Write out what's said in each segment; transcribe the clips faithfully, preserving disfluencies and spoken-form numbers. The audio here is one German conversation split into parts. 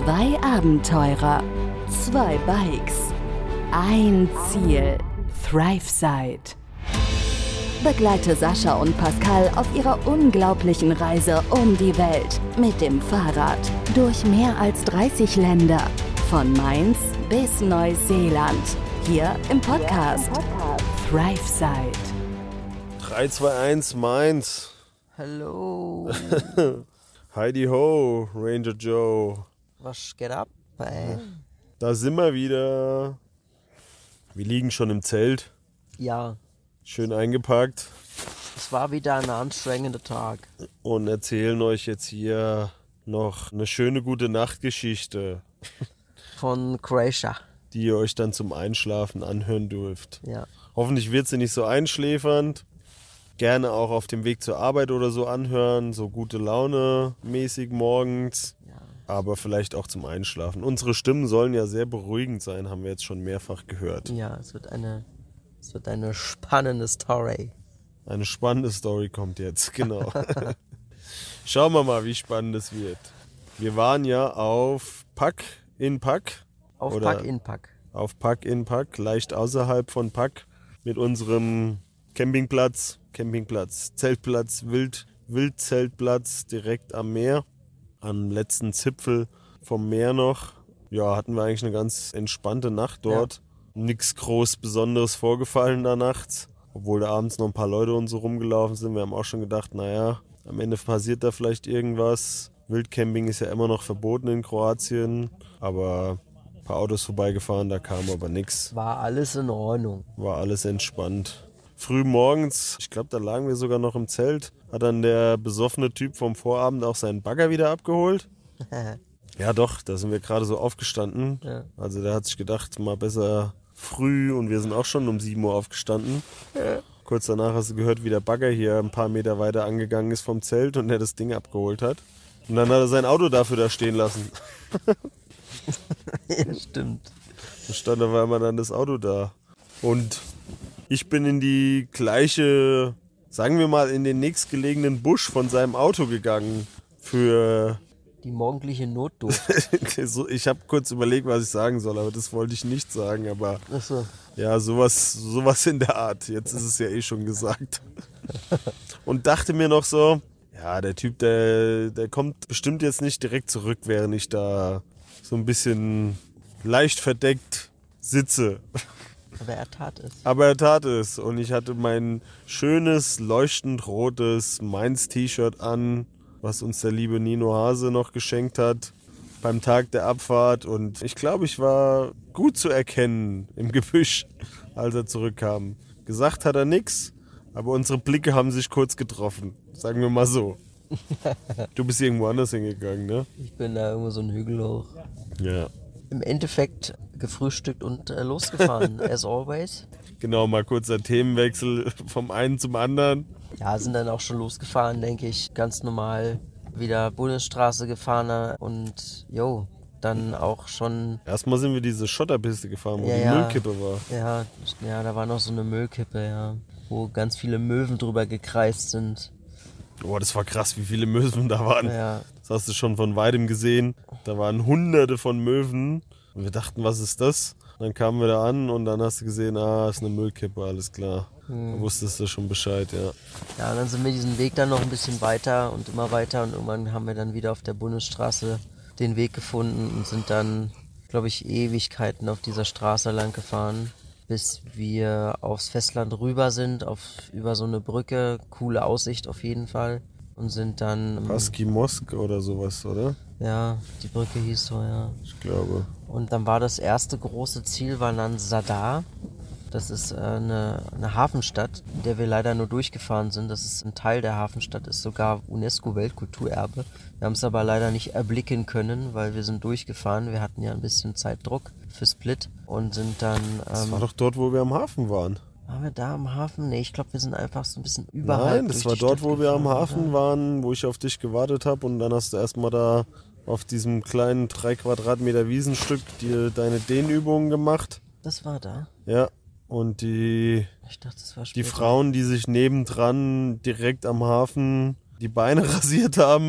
Zwei Abenteurer, zwei Bikes, ein Ziel, ThriveSide. Begleite Sascha und Pascal auf ihrer unglaublichen Reise um die Welt mit dem Fahrrad durch mehr als dreißig Länder, von Mainz bis Neuseeland, hier im Podcast, ja, im Podcast. ThriveSide. drei, zwei, eins, Mainz. Hallo. Heidi ho, Ranger Joe. Was geht ab? Ey. Da sind wir wieder. Wir liegen schon im Zelt. Ja. Schön eingepackt. Es war wieder ein anstrengender Tag. Und erzählen euch jetzt hier noch eine schöne gute Nachtgeschichte. Von Croatia. Die ihr euch dann zum Einschlafen anhören dürft. Ja. Hoffentlich wird sie nicht so einschläfernd. Gerne auch auf dem Weg zur Arbeit oder so anhören. So gute Laune mäßig morgens. Ja. Aber vielleicht auch zum Einschlafen. Unsere Stimmen sollen ja sehr beruhigend sein, haben wir jetzt schon mehrfach gehört. Ja, es wird eine, es wird eine spannende Story. Eine spannende Story kommt jetzt, genau. Schauen wir mal, wie spannend es wird. Wir waren ja auf Pack in Pack. Auf Pack in Pack. Auf Pack in Pack, leicht außerhalb von Pack. Mit unserem Campingplatz, Campingplatz, Zeltplatz, Wild, Wildzeltplatz direkt am Meer. Am letzten Zipfel vom Meer noch. Ja, hatten wir eigentlich eine ganz entspannte Nacht dort. Ja. Nichts groß Besonderes vorgefallen da nachts. Obwohl da abends noch ein paar Leute und so rumgelaufen sind. Wir haben auch schon gedacht, naja, am Ende passiert da vielleicht irgendwas. Wildcamping ist ja immer noch verboten in Kroatien. Aber ein paar Autos vorbeigefahren, da kam aber nichts. War alles in Ordnung. War alles entspannt. Früh morgens, ich glaube, da lagen wir sogar noch im Zelt, hat dann der besoffene Typ vom Vorabend auch seinen Bagger wieder abgeholt. Ja doch, da sind wir gerade so aufgestanden. Ja. Also der hat sich gedacht, mal besser früh, und wir sind auch schon um sieben Uhr aufgestanden. Ja. Kurz danach hast du gehört, wie der Bagger hier ein paar Meter weiter angegangen ist vom Zelt und der das Ding abgeholt hat. Und dann hat er sein Auto dafür da stehen lassen. Ja, stimmt. Da stand auf einmal dann das Auto da. Und ich bin in die gleiche, sagen wir mal, in den nächstgelegenen Busch von seinem Auto gegangen. Für die morgendliche Notdurft. Ich habe kurz überlegt, was ich sagen soll, aber das wollte ich nicht sagen. Aber Ach so. Ja, sowas, sowas in der Art. Jetzt ist es ja eh schon gesagt. Und dachte mir noch so, ja, der Typ, der, der kommt bestimmt jetzt nicht direkt zurück, während ich da so ein bisschen leicht verdeckt sitze. Aber er tat es. Aber er tat es. Und ich hatte mein schönes, leuchtend rotes Mainz-T-Shirt an, was uns der liebe Nino Hase noch geschenkt hat beim Tag der Abfahrt. Und ich glaube, ich war gut zu erkennen im Gebüsch, als er zurückkam. Gesagt hat er nichts, aber unsere Blicke haben sich kurz getroffen. Sagen wir mal so. Du bist irgendwo anders hingegangen, ne? Ich bin da irgendwo so einen Hügel hoch. Ja. Im Endeffekt gefrühstückt und äh, losgefahren, as always. Genau, mal kurzer Themenwechsel vom einen zum anderen. Ja, sind dann auch schon losgefahren, denke ich, ganz normal wieder Bundesstraße gefahren und jo, dann auch schon... Erstmal sind wir diese Schotterpiste gefahren, wo ja, die ja, Müllkippe war. Ja, ja, da war noch so eine Müllkippe, ja, wo ganz viele Möwen drüber gekreist sind. Boah, das war krass, wie viele Möwen da waren. Ja. Das hast du schon von weitem gesehen. Da waren hunderte von Möwen und wir dachten, was ist das? Dann kamen wir da an und dann hast du gesehen, ah, ist eine Müllkippe, alles klar. Hm. Da wusstest du schon Bescheid, ja. Ja, und dann sind wir diesen Weg dann noch ein bisschen weiter und immer weiter und irgendwann haben wir dann wieder auf der Bundesstraße den Weg gefunden und sind dann, glaube ich, Ewigkeiten auf dieser Straße lang gefahren, bis wir aufs Festland rüber sind, auf, über so eine Brücke, coole Aussicht auf jeden Fall. Und sind dann... Paski Mosk oder sowas, oder? Ja, die Brücke hieß so, ja. Ich glaube. Und dann war das erste große Ziel, war dann Zadar. Das ist äh, eine, eine Hafenstadt, in der wir leider nur durchgefahren sind. Das ist ein Teil der Hafenstadt, ist sogar UNESCO-Weltkulturerbe. Wir haben es aber leider nicht erblicken können, weil wir sind durchgefahren. Wir hatten ja ein bisschen Zeitdruck für Split und sind dann... Ähm, das war doch dort, wo wir am Hafen waren. Waren wir da am Hafen? Nee, ich glaube, wir sind einfach so ein bisschen überhalb. Nein, das war dort, wo wir am Hafen oder? waren, wo ich auf dich gewartet habe. Und dann hast du erstmal da auf diesem kleinen drei Quadratmeter Wiesenstück die, deine Dehnübungen gemacht. Das war da? Ja. Und die, ich dachte, das war die Frauen, die sich nebendran direkt am Hafen die Beine rasiert haben,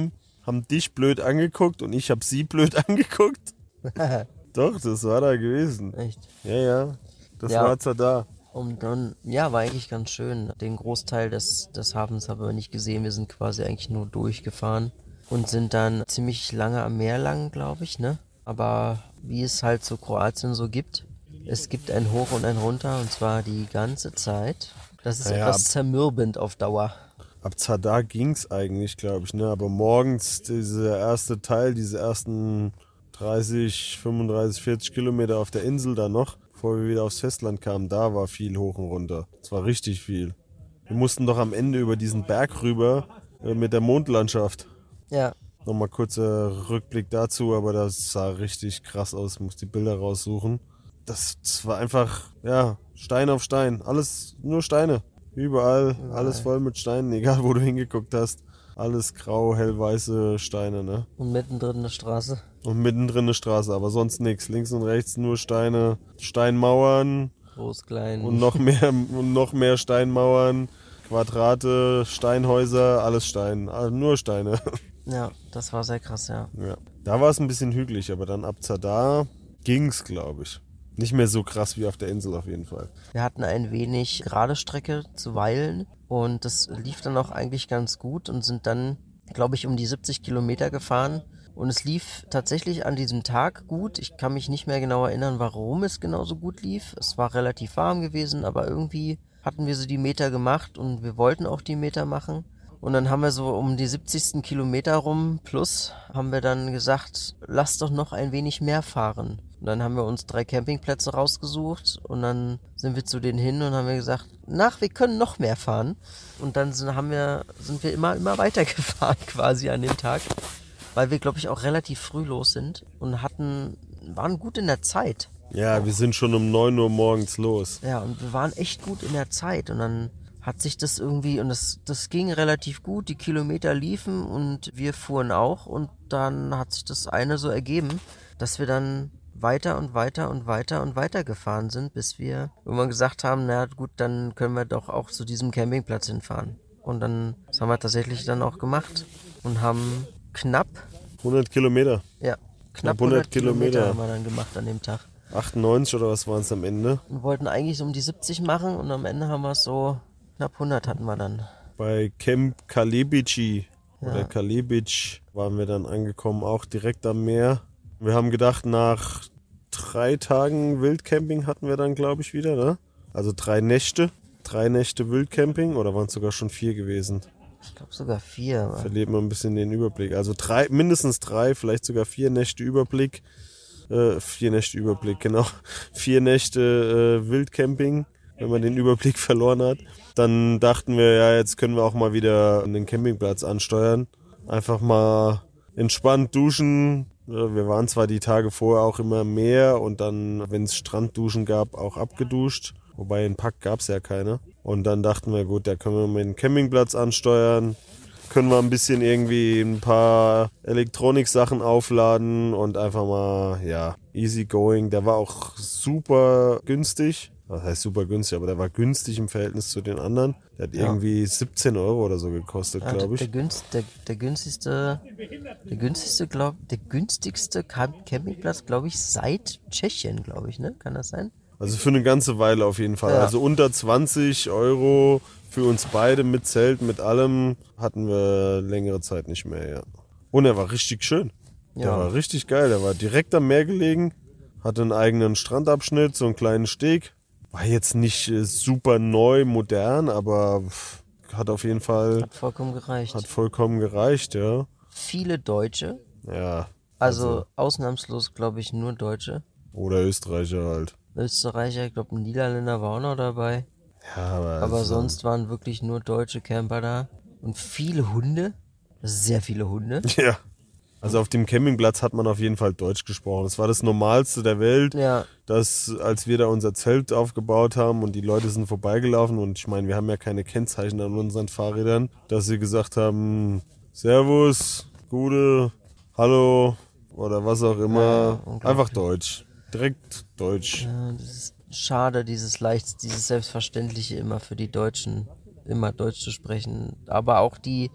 haben dich blöd angeguckt und ich habe sie blöd angeguckt. Doch, das war da gewesen. Echt? Ja, ja, das Ja. war zwar da. Und dann, ja, war eigentlich ganz schön. Den Großteil des, des Hafens haben wir nicht gesehen. Wir sind quasi eigentlich nur durchgefahren und sind dann ziemlich lange am Meer lang, glaube ich, ne? Aber wie es halt so Kroatien so gibt, es gibt ein Hoch und ein Runter und zwar die ganze Zeit. Das ist Naja, etwas zermürbend auf Dauer. Ab Zadar ging's eigentlich, glaube ich, ne? Aber morgens dieser erste Teil, diese ersten dreißig, fünfunddreißig, vierzig Kilometer auf der Insel da noch, bevor wir wieder aufs Festland kamen, da war viel hoch und runter. Es war richtig viel. Wir mussten doch am Ende über diesen Berg rüber äh, mit der Mondlandschaft. Ja, Nochmal kurzer Rückblick dazu, aber das sah richtig krass aus. Ich muss die Bilder raussuchen. Das, das war einfach, ja, Stein auf Stein. Alles nur Steine. Überall, alles voll mit Steinen, egal wo du hingeguckt hast. Alles grau, hellweiße Steine, ne? und mittendrin eine Straße. Und mittendrin eine Straße, aber sonst nichts. Links und rechts nur Steine, Steinmauern Groß, klein. und noch mehr und noch mehr Steinmauern, Quadrate, Steinhäuser, alles Stein, also nur Steine. Ja, das war sehr krass, ja. Ja. Da war es ein bisschen hügelig, aber dann ab Zadar ging's, glaube ich. Nicht mehr so krass wie auf der Insel auf jeden Fall. Wir hatten ein wenig gerade Strecke zuweilen und das lief dann auch eigentlich ganz gut und sind dann, glaube ich, um die siebzig Kilometer gefahren. Und es lief tatsächlich an diesem Tag gut. Ich kann mich nicht mehr genau erinnern, warum es genauso gut lief. Es war relativ warm gewesen, aber irgendwie hatten wir so die Meter gemacht und wir wollten auch die Meter machen. Und dann haben wir so um die siebzigsten Kilometer rum plus, haben wir dann gesagt, lass doch noch ein wenig mehr fahren. Und dann haben wir uns drei Campingplätze rausgesucht und dann sind wir zu denen hin und haben wir gesagt, nach, wir können noch mehr fahren. Und dann sind, haben wir, sind wir immer, immer weitergefahren quasi an dem Tag, weil wir, glaube ich, auch relativ früh los sind und hatten, waren gut in der Zeit. Ja, wir sind schon um neun Uhr morgens los. Ja, und wir waren echt gut in der Zeit und dann hat sich das irgendwie, und das, das ging relativ gut, die Kilometer liefen und wir fuhren auch und dann hat sich das eine so ergeben, dass wir dann weiter und weiter und weiter und weiter gefahren sind, bis wir irgendwann gesagt haben, na gut, dann können wir doch auch zu diesem Campingplatz hinfahren. Und dann, das haben wir tatsächlich dann auch gemacht und haben knapp, hundert Kilometer. ja, knapp Knapp hundert hundert Kilometer Kilometer haben wir dann gemacht an dem Tag. achtundneunzig oder was waren es am Ende? Wir wollten eigentlich so um die siebzig machen und am Ende haben wir es so, knapp hundert hatten wir dann. Bei Camp Kalebici oder Ja. Kalebic waren wir dann angekommen, auch direkt am Meer. Wir haben gedacht, nach drei Tagen Wildcamping hatten wir dann, glaube ich, wieder, ne? Also drei Nächte. Drei Nächte Wildcamping oder waren es sogar schon vier gewesen? Ich glaube sogar vier. Aber Verliert man ein bisschen den Überblick. Also drei, mindestens drei, vielleicht sogar vier Nächte Überblick. Äh, vier Nächte Überblick, genau. Vier Nächte äh, Wildcamping, wenn man den Überblick verloren hat. Dann dachten wir, ja, jetzt können wir auch mal wieder einen Campingplatz ansteuern. Einfach mal entspannt duschen. Ja, wir waren zwar die Tage vorher auch immer im Meer und dann, wenn es Strandduschen gab, auch abgeduscht. Wobei in Pack gab es ja keine. Und dann dachten wir, gut, da können wir mal den Campingplatz ansteuern. Können wir ein bisschen irgendwie ein paar Elektronik-Sachen aufladen und einfach mal, ja, easy going. Der war auch super günstig. Was heißt super günstig, aber der war günstig im Verhältnis zu den anderen. Der hat Ja. irgendwie siebzehn Euro oder so gekostet, Ja, glaube der, ich. günst, der, der günstigste, der günstigste, glaub, der günstigste Camp Campingplatz, glaube ich, seit Tschechien, glaube ich, ne? Kann das sein? Also für eine ganze Weile auf jeden Fall. Ja. Also unter zwanzig Euro für uns beide mit Zelt, mit allem hatten wir längere Zeit nicht mehr, ja. Und er war richtig schön. Der Ja. war richtig geil. Der war direkt am Meer gelegen, hatte einen eigenen Strandabschnitt, so einen kleinen Steg. War jetzt nicht äh, super neu, modern, aber pff, hat auf jeden Fall, Hat vollkommen gereicht. hat vollkommen gereicht, ja. Viele Deutsche, Ja. also, ausnahmslos, glaube ich, nur Deutsche. Oder Österreicher halt. Österreicher, ich glaube, ein Niederländer war auch noch dabei. Ja, aber, Aber also, sonst waren wirklich nur deutsche Camper da. Und viele Hunde. Sehr viele Hunde. Ja. Also auf dem Campingplatz hat man auf jeden Fall Deutsch gesprochen. Das war das Normalste der Welt, Ja, dass als wir da unser Zelt aufgebaut haben und die Leute sind vorbeigelaufen und ich meine, wir haben ja keine Kennzeichen an unseren Fahrrädern, dass sie gesagt haben, Servus, Gute, Hallo oder was auch immer. unglaublich. Einfach Deutsch. Direkt Deutsch. ja, das ist schade, dieses leicht, dieses Selbstverständliche immer für die Deutschen, immer Deutsch zu sprechen. Aber auch die,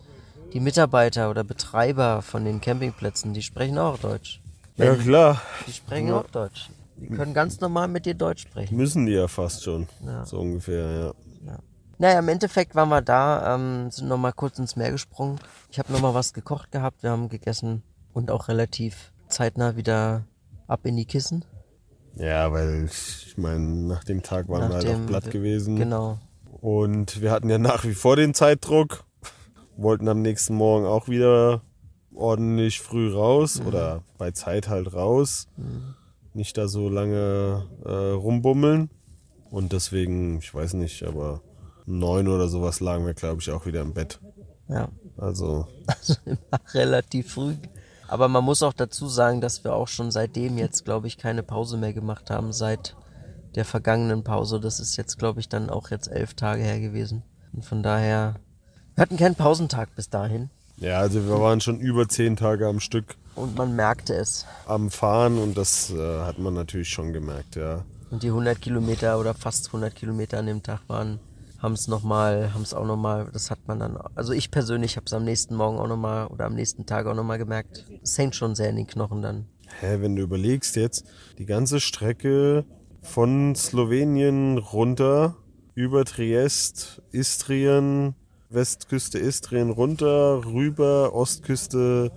die Mitarbeiter oder Betreiber von den Campingplätzen, die sprechen auch Deutsch. Ja, Wenn- klar. Die sprechen Ja. auch Deutsch. Die können ganz normal mit dir Deutsch sprechen. Müssen die ja fast schon. Ja. So ungefähr, ja. Ja. Naja, im Endeffekt waren wir da, ähm, sind nochmal kurz ins Meer gesprungen. Ich habe nochmal was gekocht gehabt, wir haben gegessen und auch relativ zeitnah wieder ab in die Kissen. Ja, weil ich meine, nach dem Tag waren wir halt Nachdem auch platt wir- gewesen. Genau. Und wir hatten ja nach wie vor den Zeitdruck. Wollten am nächsten Morgen auch wieder ordentlich früh raus Mhm. oder bei Zeit halt raus. Mhm. Nicht da so lange äh, rumbummeln. Und deswegen, ich weiß nicht, aber um neun oder sowas lagen wir, glaube ich, auch wieder im Bett. Ja, Also, also immer relativ früh. Aber man muss auch dazu sagen, dass wir auch schon seitdem jetzt, glaube ich, keine Pause mehr gemacht haben, seit der vergangenen Pause. Das ist jetzt, glaube ich, dann auch jetzt elf Tage her gewesen. Und von daher, wir hatten keinen Pausentag bis dahin. ja, also wir waren schon über zehn Tage am Stück Und man merkte es. am Fahren und das äh, hat man natürlich schon gemerkt, ja. Und die hundert Kilometer oder fast hundert Kilometer an dem Tag waren, haben es nochmal, haben es auch nochmal, das hat man dann, also ich persönlich habe es am nächsten Morgen auch nochmal oder am nächsten Tag auch nochmal gemerkt. Es hängt schon sehr in den Knochen dann. Hä, wenn du überlegst jetzt, die ganze Strecke von Slowenien runter über Triest, Istrien, Westküste Istrien runter, rüber, Ostküste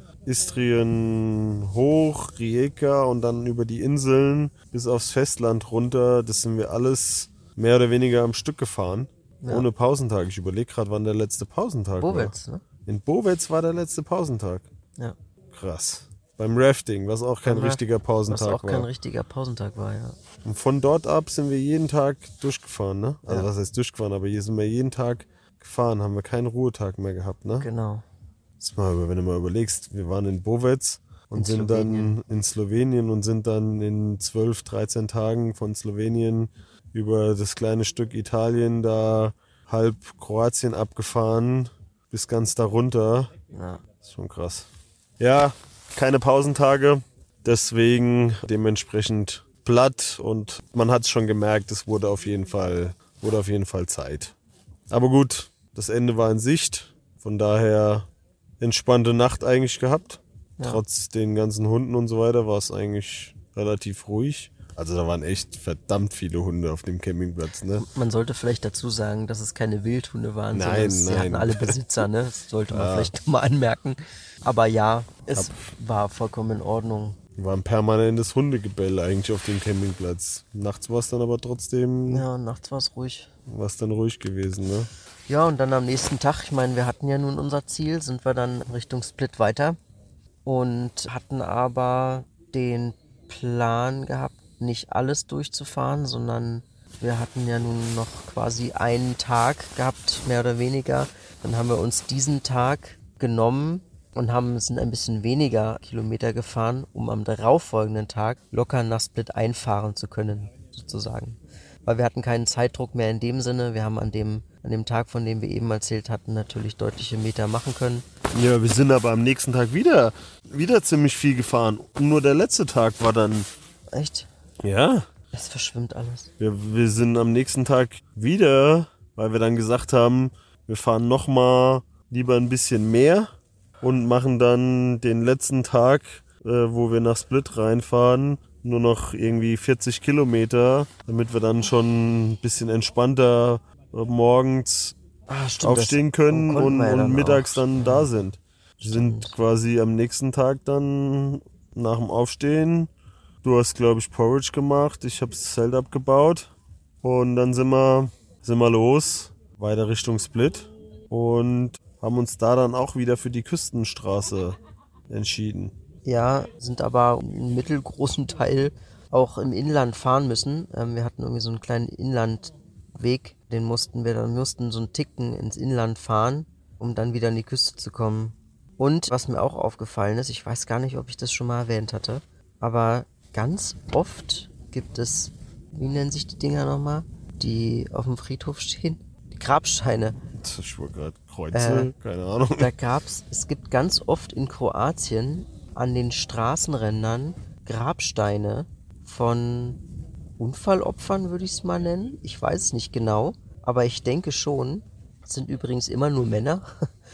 Istrien hoch, Rijeka und dann über die Inseln bis aufs Festland runter. Das sind wir alles mehr oder weniger am Stück gefahren. Ja. Ohne Pausentag. Ich überlege gerade, wann der letzte Pausentag Bowitz, ne? war. In Bowitz war der letzte Pausentag. Ja. Krass. Beim Rafting, was auch kein Beim richtiger Was Pausentag auch war. kein richtiger Pausentag war, ja. Und von dort ab sind wir jeden Tag durchgefahren, ne? Also Ja. was heißt durchgefahren, aber hier sind wir jeden Tag gefahren, haben wir keinen Ruhetag mehr gehabt, ne? Genau. Das mal, wenn du mal überlegst, wir waren in Bovec und In sind Slowenien. dann in Slowenien und sind dann in zwölf, dreizehn Tagen von Slowenien über das kleine Stück Italien da halb Kroatien abgefahren bis ganz da runter. Ja. Das ist schon krass. Ja, keine Pausentage, deswegen dementsprechend platt und man hat es schon gemerkt, es wurde auf jeden Fall, wurde auf jeden Fall Zeit. Aber gut, das Ende war in Sicht, von daher entspannte Nacht eigentlich gehabt. Ja. Trotz den ganzen Hunden und so weiter war es eigentlich relativ ruhig. Also da waren echt verdammt viele Hunde auf dem Campingplatz, ne? Man sollte vielleicht dazu sagen, dass es keine Wildhunde waren, Nein, sondern sie nein. hatten alle Besitzer, ne? Das sollte man Ja. vielleicht mal anmerken. Aber ja, es war vollkommen in Ordnung. War ein permanentes Hundegebell eigentlich auf dem Campingplatz. Nachts war es dann aber trotzdem, Ja, und nachts war es ruhig. war es dann ruhig gewesen, ne? Ja, und dann am nächsten Tag, ich meine, wir hatten ja nun unser Ziel, sind wir dann Richtung Split weiter und hatten aber den Plan gehabt, nicht alles durchzufahren, sondern wir hatten ja nun noch quasi einen Tag gehabt, mehr oder weniger. Dann haben wir uns diesen Tag genommen und haben sind ein bisschen weniger Kilometer gefahren, um am darauffolgenden Tag locker nach Split einfahren zu können, sozusagen. Weil wir hatten keinen Zeitdruck mehr in dem Sinne. Wir haben an dem, an dem Tag, von dem wir eben erzählt hatten, natürlich deutliche Meter machen können. Ja, wir sind aber am nächsten Tag wieder, wieder ziemlich viel gefahren. Und nur der letzte Tag war dann, Echt? ja, Es verschwimmt alles. wir, wir sind am nächsten Tag wieder, weil wir dann gesagt haben, wir fahren nochmal lieber ein bisschen mehr und machen dann den letzten Tag, äh, wo wir nach Split reinfahren, nur noch irgendwie vierzig Kilometer, damit wir dann schon ein bisschen entspannter äh, morgens Ah, stimmt. aufstehen können konnten und, wir ja und dann mittags auch. dann da sind. Wir sind Stimmt. quasi am nächsten Tag dann nach dem Aufstehen. Du hast, glaube ich, Porridge gemacht, ich habe das Zelt abgebaut und dann sind wir, sind wir los, weiter Richtung Split und haben uns da dann auch wieder für die Küstenstraße entschieden. Ja, sind aber einen mittelgroßen Teil auch im Inland fahren müssen. Ähm, wir hatten irgendwie so einen kleinen Inlandweg, den mussten wir dann mussten so einen Ticken ins Inland fahren, um dann wieder an die Küste zu kommen. Und was mir auch aufgefallen ist, ich weiß gar nicht, ob ich das schon mal erwähnt hatte, aber ganz oft gibt es, wie nennen sich die Dinger nochmal, die auf dem Friedhof stehen? Die Grabsteine. Ich war gerade Kreuze, Äh, keine Ahnung. Da gab's, es gibt ganz oft in Kroatien an den Straßenrändern Grabsteine von Unfallopfern, würde ich es mal nennen. Ich weiß es nicht genau, aber ich denke schon. Es sind übrigens immer nur Männer.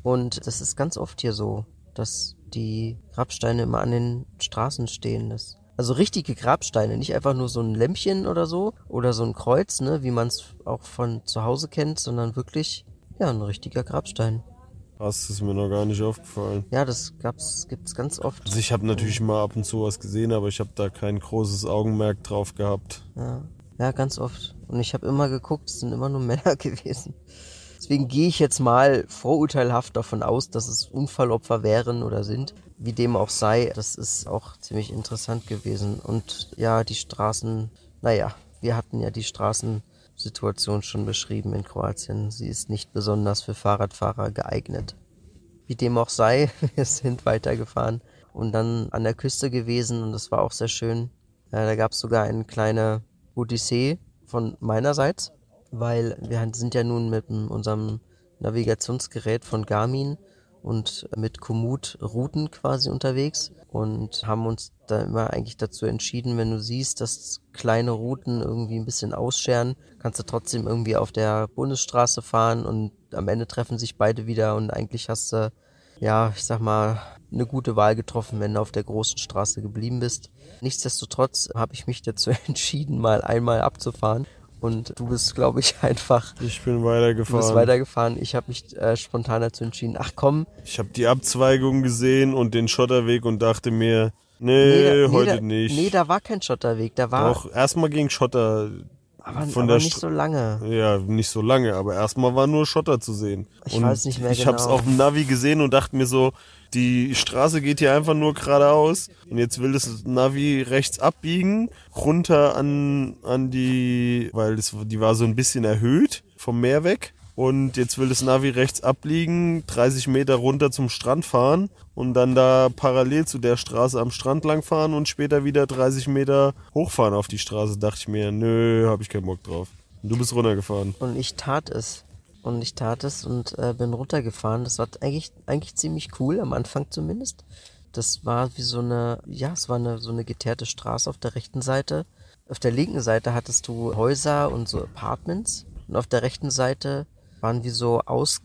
Und das ist ganz oft hier so, dass die Grabsteine immer an den Straßen stehen. Das, also richtige Grabsteine, nicht einfach nur so ein Lämpchen oder so oder so ein Kreuz, ne, wie man es auch von zu Hause kennt, sondern wirklich, ja, ein richtiger Grabstein. Das ist mir noch gar nicht aufgefallen. Ja, das gab's, gibt's ganz oft. Also ich habe natürlich mal ab und zu was gesehen, aber ich habe da kein großes Augenmerk drauf gehabt. Ja, ja, ganz oft. Und ich habe immer geguckt, es sind immer nur Männer gewesen. Deswegen gehe ich jetzt mal vorurteilhaft davon aus, dass es Unfallopfer wären oder sind. Wie dem auch sei, das ist auch ziemlich interessant gewesen. Und ja, die Straßen, naja, wir hatten ja die Straßensituation schon beschrieben in Kroatien. Sie ist nicht besonders für Fahrradfahrer geeignet. Wie dem auch sei, wir sind weitergefahren und dann an der Küste gewesen und das war auch sehr schön. Ja, da gab es sogar eine kleine Odyssee von meinerseits, weil wir sind ja nun mit unserem Navigationsgerät von Garmin und mit Komoot Routen quasi unterwegs und haben uns da immer eigentlich dazu entschieden, wenn du siehst, dass kleine Routen irgendwie ein bisschen ausscheren, kannst du trotzdem irgendwie auf der Bundesstraße fahren und am Ende treffen sich beide wieder und eigentlich hast du, ja, ich sag mal, eine gute Wahl getroffen, wenn du auf der großen Straße geblieben bist. Nichtsdestotrotz habe ich mich dazu entschieden, mal einmal abzufahren. Und du bist, glaube ich, einfach... Ich bin weitergefahren. Du bist weitergefahren. Ich habe mich äh, spontan dazu entschieden, ach komm. Ich habe die Abzweigung gesehen und den Schotterweg und dachte mir, nee, nee da, heute nee, da, nicht. Nee, da war kein Schotterweg. Da war... Doch, erstmal ging Schotter... Aber, von aber der nicht St- so lange. Ja, nicht so lange, aber erstmal war nur Schotter zu sehen. Ich und weiß nicht mehr ich genau. hab's auf dem Navi gesehen und dachte mir so, die Straße geht hier einfach nur geradeaus und jetzt will das Navi rechts abbiegen, runter an, an die, weil das, die war so ein bisschen erhöht vom Meer weg. Und jetzt will das Navi rechts abbiegen, dreißig Meter runter zum Strand fahren und dann da parallel zu der Straße am Strand lang fahren und später wieder dreißig Meter hochfahren auf die Straße. Dachte ich mir, nö, hab ich keinen Bock drauf. Und du bist runtergefahren. Und ich tat es. Und ich tat es und äh, bin runtergefahren. Das war eigentlich, eigentlich ziemlich cool, am Anfang zumindest. Das war wie so eine, ja, es war eine, so eine geteerte Straße auf der rechten Seite. Auf der linken Seite hattest du Häuser und so Apartments. Und auf der rechten Seite waren wie so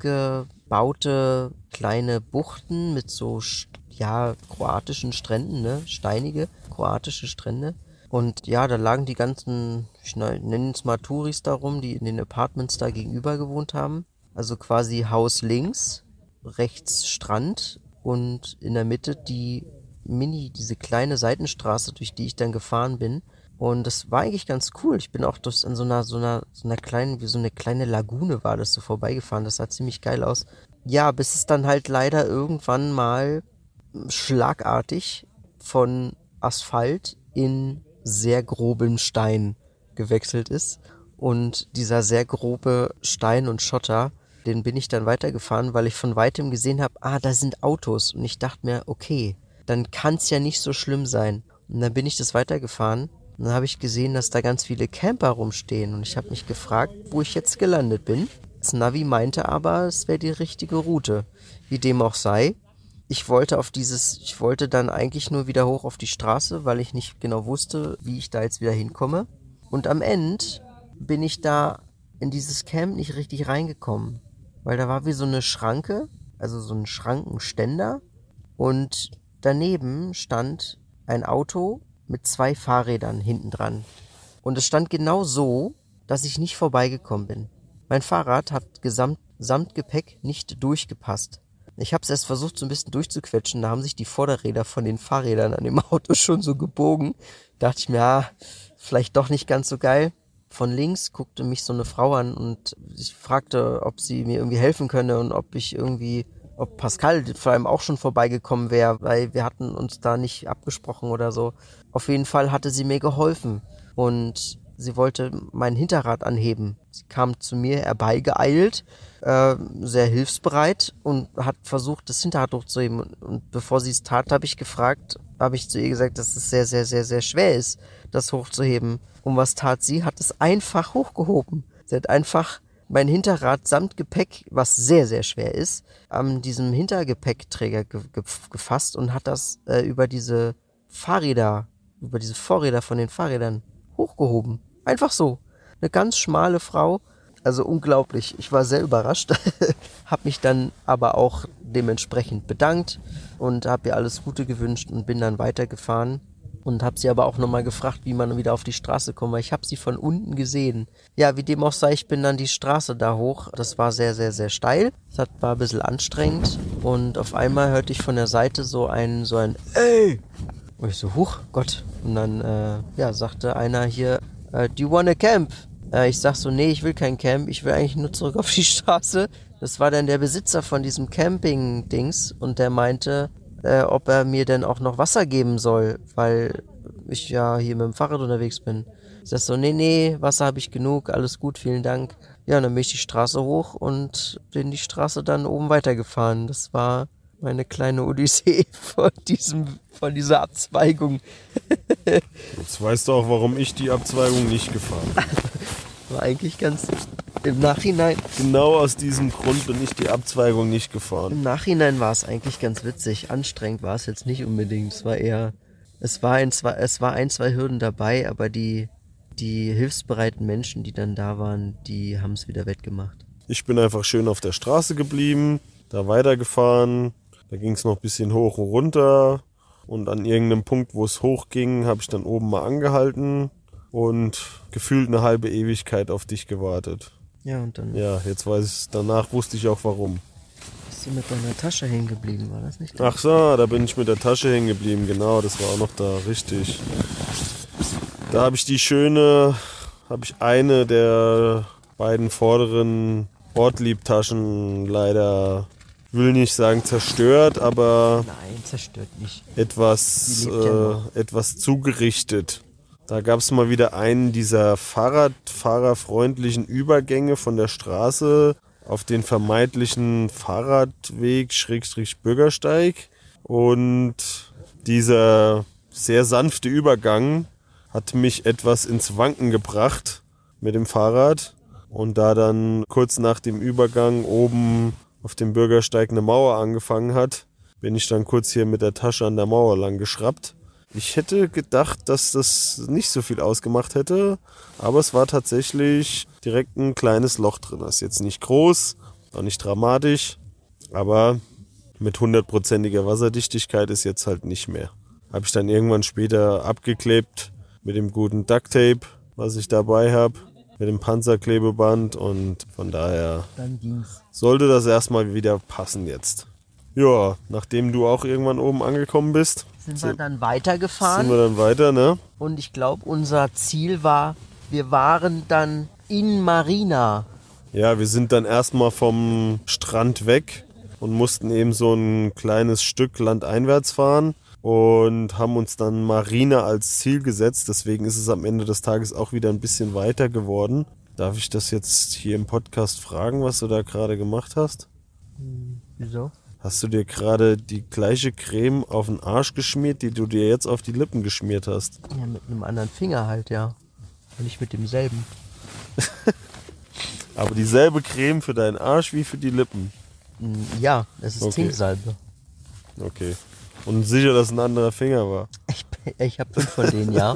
ausgebaute kleine Buchten mit so, ja, kroatischen Stränden, ne, steinige kroatische Strände. Und ja, da lagen die ganzen, ich nenne es mal Touris da rum, die in den Apartments da gegenüber gewohnt haben. Also quasi Haus links, rechts Strand und in der Mitte die Mini, diese kleine Seitenstraße, durch die ich dann gefahren bin. Und das war eigentlich ganz cool. Ich bin auch durch an so einer, so einer, so einer kleinen, wie so eine kleine Lagune war das so vorbeigefahren. Das sah ziemlich geil aus. Ja, bis es dann halt leider irgendwann mal schlagartig von Asphalt in sehr groben Stein gewechselt ist. Und dieser sehr grobe Stein und Schotter, den bin ich dann weitergefahren, weil ich von weitem gesehen habe, ah, da sind Autos. Und ich dachte mir, okay, dann kann es ja nicht so schlimm sein. Und dann bin ich das weitergefahren. Und dann habe ich gesehen, dass da ganz viele Camper rumstehen. Und ich habe mich gefragt, wo ich jetzt gelandet bin. Das Navi meinte aber, es wäre die richtige Route. Wie dem auch sei. Ich wollte auf dieses, ich wollte dann eigentlich nur wieder hoch auf die Straße, weil ich nicht genau wusste, wie ich da jetzt wieder hinkomme. Und am Ende bin ich da in dieses Camp nicht richtig reingekommen. Weil da war wie so eine Schranke, also so ein Schrankenständer. Und daneben stand ein Auto mit zwei Fahrrädern hinten dran. Und es stand genau so, dass ich nicht vorbeigekommen bin. Mein Fahrrad hat gesamt, samt Gepäck nicht durchgepasst. Ich habe es erst versucht, so ein bisschen durchzuquetschen. Da haben sich die Vorderräder von den Fahrrädern an dem Auto schon so gebogen. Da dachte ich mir, ja, vielleicht doch nicht ganz so geil. Von links guckte mich so eine Frau an und ich fragte, ob sie mir irgendwie helfen könne und ob ich irgendwie, ob Pascal vor allem auch schon vorbeigekommen wäre, weil wir hatten uns da nicht abgesprochen oder so. Auf jeden Fall hatte sie mir geholfen und sie wollte mein Hinterrad anheben. Sie kam zu mir herbeigeeilt, äh, sehr hilfsbereit und hat versucht, das Hinterrad hochzuheben. Und bevor sie es tat, habe ich gefragt, habe ich zu ihr gesagt, dass es sehr, sehr, sehr, sehr schwer ist, das hochzuheben. Und was tat sie? Hat es einfach hochgehoben. Sie hat einfach mein Hinterrad samt Gepäck, was sehr, sehr schwer ist, an diesem Hintergepäckträger ge- ge- gefasst und hat das äh, über diese Fahrräder, über diese Vorräder von den Fahrrädern hochgehoben. Einfach so. Eine ganz schmale Frau, Also unglaublich. Ich war sehr überrascht, habe mich dann aber auch dementsprechend bedankt und habe ihr alles Gute gewünscht und bin dann weitergefahren und habe sie aber auch nochmal gefragt, wie man wieder auf die Straße kommt, weil ich habe sie von unten gesehen. Ja, wie dem auch sei, ich bin dann die Straße da hoch. Das war sehr, sehr, sehr steil. Das war ein bisschen anstrengend und auf einmal hörte ich von der Seite so ein, so ein Ey! Und ich so, huch, Gott. Und dann, äh, ja, sagte einer hier, uh, do you wanna camp? Äh, ich sag so, nee, ich will kein Camp, ich will eigentlich nur zurück auf die Straße. Das war dann der Besitzer von diesem Camping-Dings und der meinte, äh, ob er mir denn auch noch Wasser geben soll, weil ich ja hier mit dem Fahrrad unterwegs bin. Ich sag so, nee, nee, Wasser habe ich genug, alles gut, vielen Dank. Ja, und dann bin ich die Straße hoch und bin die Straße dann oben weitergefahren. Das war meine kleine Odyssee von diesem, von dieser Abzweigung. Jetzt weißt du auch, warum ich die Abzweigung nicht gefahren bin. War eigentlich ganz im Nachhinein. Genau aus diesem Grund bin ich die Abzweigung nicht gefahren. Im Nachhinein war es eigentlich ganz witzig. Anstrengend war es jetzt nicht unbedingt. Es war eher, es war ein, zwei, es war ein, zwei Hürden dabei, aber die, die hilfsbereiten Menschen, die dann da waren, die haben es wieder wettgemacht. Ich bin einfach schön auf der Straße geblieben, da weitergefahren. Da ging es noch ein bisschen hoch und runter. Und an irgendeinem Punkt, wo es hoch ging, habe ich dann oben mal angehalten und gefühlt eine halbe Ewigkeit auf dich gewartet. Ja, und dann... Ja, jetzt weiß ich, danach wusste ich auch warum. Bist du mit deiner Tasche hängen geblieben, war das nicht? Ach so, da bin ich mit der Tasche hängen geblieben, genau, das war auch noch da, richtig. Da habe ich die schöne, habe ich eine der beiden vorderen Ortliebtaschen leider, will nicht sagen zerstört, aber Nein, zerstört nicht. etwas, Die lebt ja noch. äh, etwas zugerichtet. Da gab es mal wieder einen dieser Fahrradfahrerfreundlichen Übergänge von der Straße auf den vermeintlichen Fahrradweg Schrägstrich Bürgersteig. Und dieser sehr sanfte Übergang hat mich etwas ins Wanken gebracht mit dem Fahrrad. Und da dann kurz nach dem Übergang oben auf dem Bürgersteig eine Mauer angefangen hat, bin ich dann kurz hier mit der Tasche an der Mauer lang geschraubt. Ich hätte gedacht, dass das nicht so viel ausgemacht hätte, aber es war tatsächlich direkt ein kleines Loch drin. Das ist jetzt nicht groß, auch nicht dramatisch, aber mit hundertprozentiger Wasserdichtigkeit ist jetzt halt nicht mehr. Habe ich dann irgendwann später abgeklebt mit dem guten Ducktape, was ich dabei habe, mit dem Panzerklebeband und von daher Dann ging's. sollte das erstmal wieder passen jetzt. Ja, nachdem du auch irgendwann oben angekommen bist, Sind wir dann weitergefahren sind wir dann weiter, ne? und ich glaube, unser Ziel war, wir waren dann in Marina. Ja, wir sind dann erstmal vom Strand weg und mussten eben so ein kleines Stück landeinwärts fahren und haben uns dann Marina als Ziel gesetzt. Deswegen ist es am Ende des Tages auch wieder ein bisschen weiter geworden. Darf ich das jetzt hier im Podcast fragen, was du da gerade gemacht hast? Wieso? Hast du dir gerade die gleiche Creme auf den Arsch geschmiert, die du dir jetzt auf die Lippen geschmiert hast? Ja, mit einem anderen Finger halt, ja. Und nicht mit demselben. Aber dieselbe Creme für deinen Arsch wie für die Lippen. Mm, Ja, es ist Okay. Zinksalbe. Okay. Und sicher, dass ein anderer Finger war. Ich, ich habe fünf von denen, ja.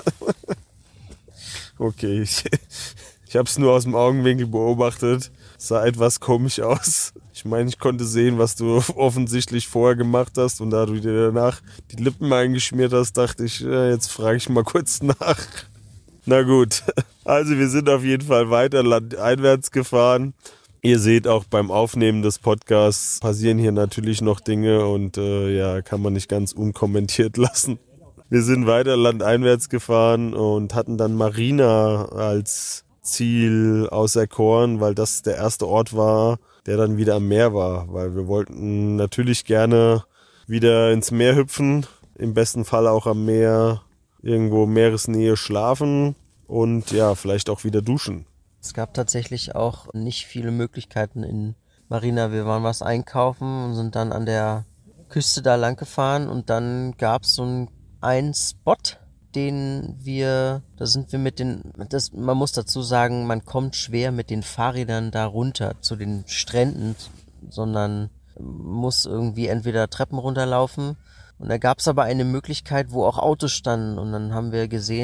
Okay, ich, ich habe es nur aus dem Augenwinkel beobachtet. Sah etwas komisch aus. Ich meine, ich konnte sehen, was du offensichtlich vorher gemacht hast. Und da du dir danach die Lippen eingeschmiert hast, dachte ich, ja, jetzt frage ich mal kurz nach. Na gut, also wir sind auf jeden Fall weiter landeinwärts gefahren. Ihr seht auch beim Aufnehmen des Podcasts passieren hier natürlich noch Dinge und äh, ja, kann man nicht ganz unkommentiert lassen. Wir sind weiter landeinwärts gefahren und hatten dann Marina als Ziel auserkoren, weil das der erste Ort war, der dann wieder am Meer war. Weil wir wollten natürlich gerne wieder ins Meer hüpfen, im besten Fall auch am Meer, irgendwo Meeresnähe schlafen und ja, vielleicht auch wieder duschen. Es gab tatsächlich auch nicht viele Möglichkeiten in Marina. Wir waren was einkaufen und sind dann an der Küste da lang gefahren und dann gab es so einen, einen Spot, den wir, da sind wir mit den, das, man muss dazu sagen, man kommt schwer mit den Fahrrädern da runter zu den Stränden, sondern muss irgendwie entweder Treppen runterlaufen. Und da gab es aber eine Möglichkeit, wo auch Autos standen und dann haben wir gesehen,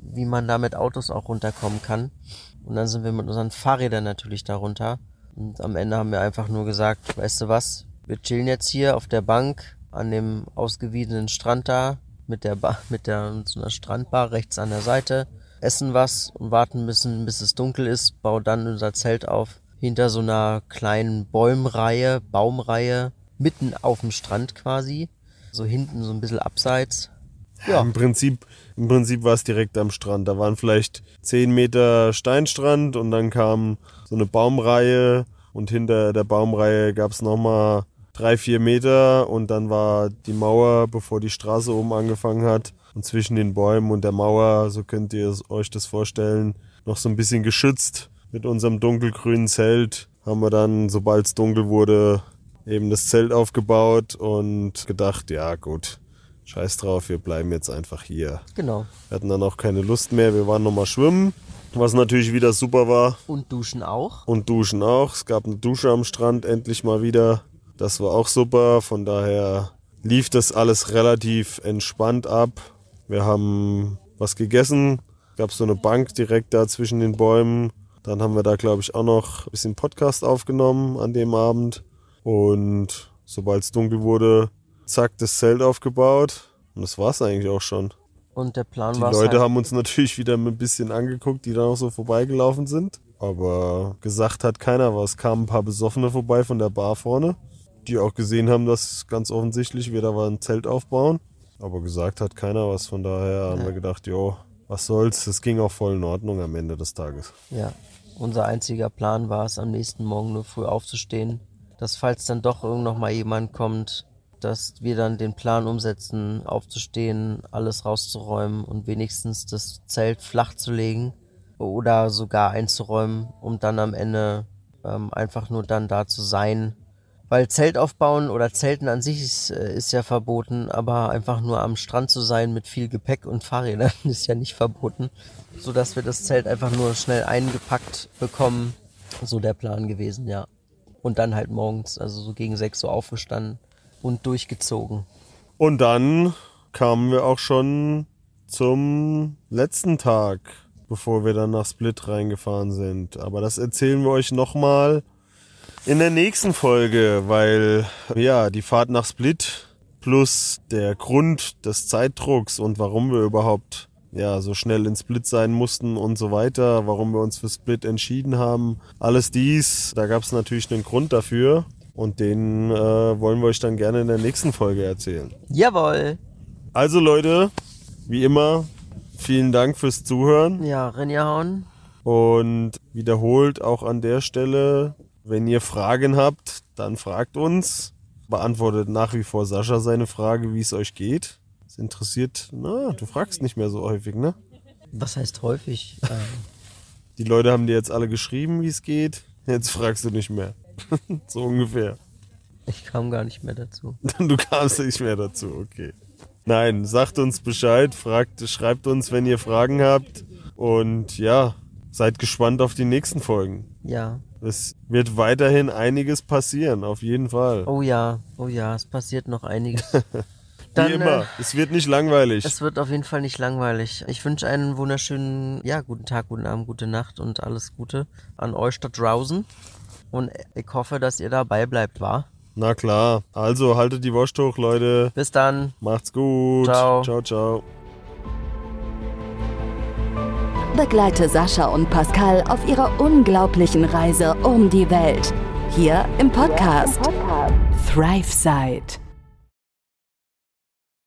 wie man da mit Autos auch runterkommen kann. Und dann sind wir mit unseren Fahrrädern natürlich da runter. Und am Ende haben wir einfach nur gesagt, weißt du was, wir chillen jetzt hier auf der Bank an dem ausgewiesenen Strand da mit der ba- mit der mit so einer Strandbar rechts an der Seite, essen was und warten müssen, bis es dunkel ist, bauen dann unser Zelt auf hinter so einer kleinen Bäumreihe, Baumreihe, mitten auf dem Strand quasi, so hinten so ein bisschen abseits. Ja. Im Prinzip, im Prinzip war es direkt am Strand. Da waren vielleicht zehn Meter Steinstrand und dann kam so eine Baumreihe und hinter der Baumreihe gab es nochmal drei, vier Meter und dann war die Mauer, bevor die Straße oben angefangen hat. Und zwischen den Bäumen und der Mauer, so könnt ihr euch das vorstellen, noch so ein bisschen geschützt. Mit unserem dunkelgrünen Zelt haben wir dann, sobald es dunkel wurde, eben das Zelt aufgebaut und gedacht, ja gut, scheiß drauf, wir bleiben jetzt einfach hier. Genau. Wir hatten dann auch keine Lust mehr, wir waren nochmal schwimmen, was natürlich wieder super war. Und duschen auch. Und duschen auch. Es gab eine Dusche am Strand, endlich mal wieder. Das war auch super, von daher lief das alles relativ entspannt ab. Wir haben was gegessen, gab so eine Bank direkt da zwischen den Bäumen. Dann haben wir da, glaube ich, auch noch ein bisschen Podcast aufgenommen an dem Abend. Und sobald es dunkel wurde, zack, das Zelt aufgebaut. Und das war's eigentlich auch schon. Und der Plan war Die Leute halt haben uns natürlich wieder ein bisschen angeguckt, die da noch so vorbeigelaufen sind. Aber gesagt hat keiner was. Es kamen ein paar Besoffene vorbei von der Bar vorne, die auch gesehen haben, dass ganz offensichtlich wir da mal ein Zelt aufbauen. Aber gesagt hat keiner was. Von daher ja. haben wir gedacht, jo, was soll's. Das ging auch voll in Ordnung am Ende des Tages. Ja, unser einziger Plan war es, am nächsten Morgen nur früh aufzustehen. Dass falls dann doch irgend noch mal jemand kommt, dass wir dann den Plan umsetzen, aufzustehen, alles rauszuräumen und wenigstens das Zelt flach zu legen oder sogar einzuräumen, um dann am Ende ähm, einfach nur dann da zu sein. Weil Zelt aufbauen oder Zelten an sich ist, ist ja verboten, aber einfach nur am Strand zu sein mit viel Gepäck und Fahrrädern ist ja nicht verboten, sodass wir das Zelt einfach nur schnell eingepackt bekommen. So der Plan gewesen, ja. Und dann halt morgens, also so gegen sechs Uhr aufgestanden und durchgezogen. Und dann kamen wir auch schon zum letzten Tag, bevor wir dann nach Split reingefahren sind. Aber das erzählen wir euch nochmal in der nächsten Folge, weil ja die Fahrt nach Split plus der Grund des Zeitdrucks und warum wir überhaupt ja so schnell in Split sein mussten und so weiter, warum wir uns für Split entschieden haben, alles dies, da gab es natürlich einen Grund dafür und den äh, wollen wir euch dann gerne in der nächsten Folge erzählen. Jawohl! Also Leute, wie immer, vielen Dank fürs Zuhören. Ja, reingehauen. Und wiederholt auch an der Stelle, wenn ihr Fragen habt, dann fragt uns. Beantwortet nach wie vor Sascha seine Frage, wie es euch geht. Das interessiert, na, du fragst nicht mehr so häufig, ne? Was heißt häufig? Die Leute haben dir jetzt alle geschrieben, wie es geht. Jetzt fragst du nicht mehr. So ungefähr. Ich kam gar nicht mehr dazu. Du kamst nicht mehr dazu, okay. Nein, sagt uns Bescheid, fragt, schreibt uns, wenn ihr Fragen habt. Und ja, seid gespannt auf die nächsten Folgen. Ja. Es wird weiterhin einiges passieren, auf jeden Fall. Oh ja, oh ja, es passiert noch einiges. Dann, Wie immer, äh, es wird nicht langweilig. Es wird auf jeden Fall nicht langweilig. Ich wünsche einen wunderschönen, ja, guten Tag, guten Abend, gute Nacht und alles Gute an euch da draußen. Und ich hoffe, dass ihr dabei bleibt, wa? Na klar. Also, haltet die Wurst hoch, Leute. Bis dann. Macht's gut. Ciao. Ciao, ciao. Begleite Sascha und Pascal auf ihrer unglaublichen Reise um die Welt. Hier im Podcast, ja, im Podcast. ThriveSide.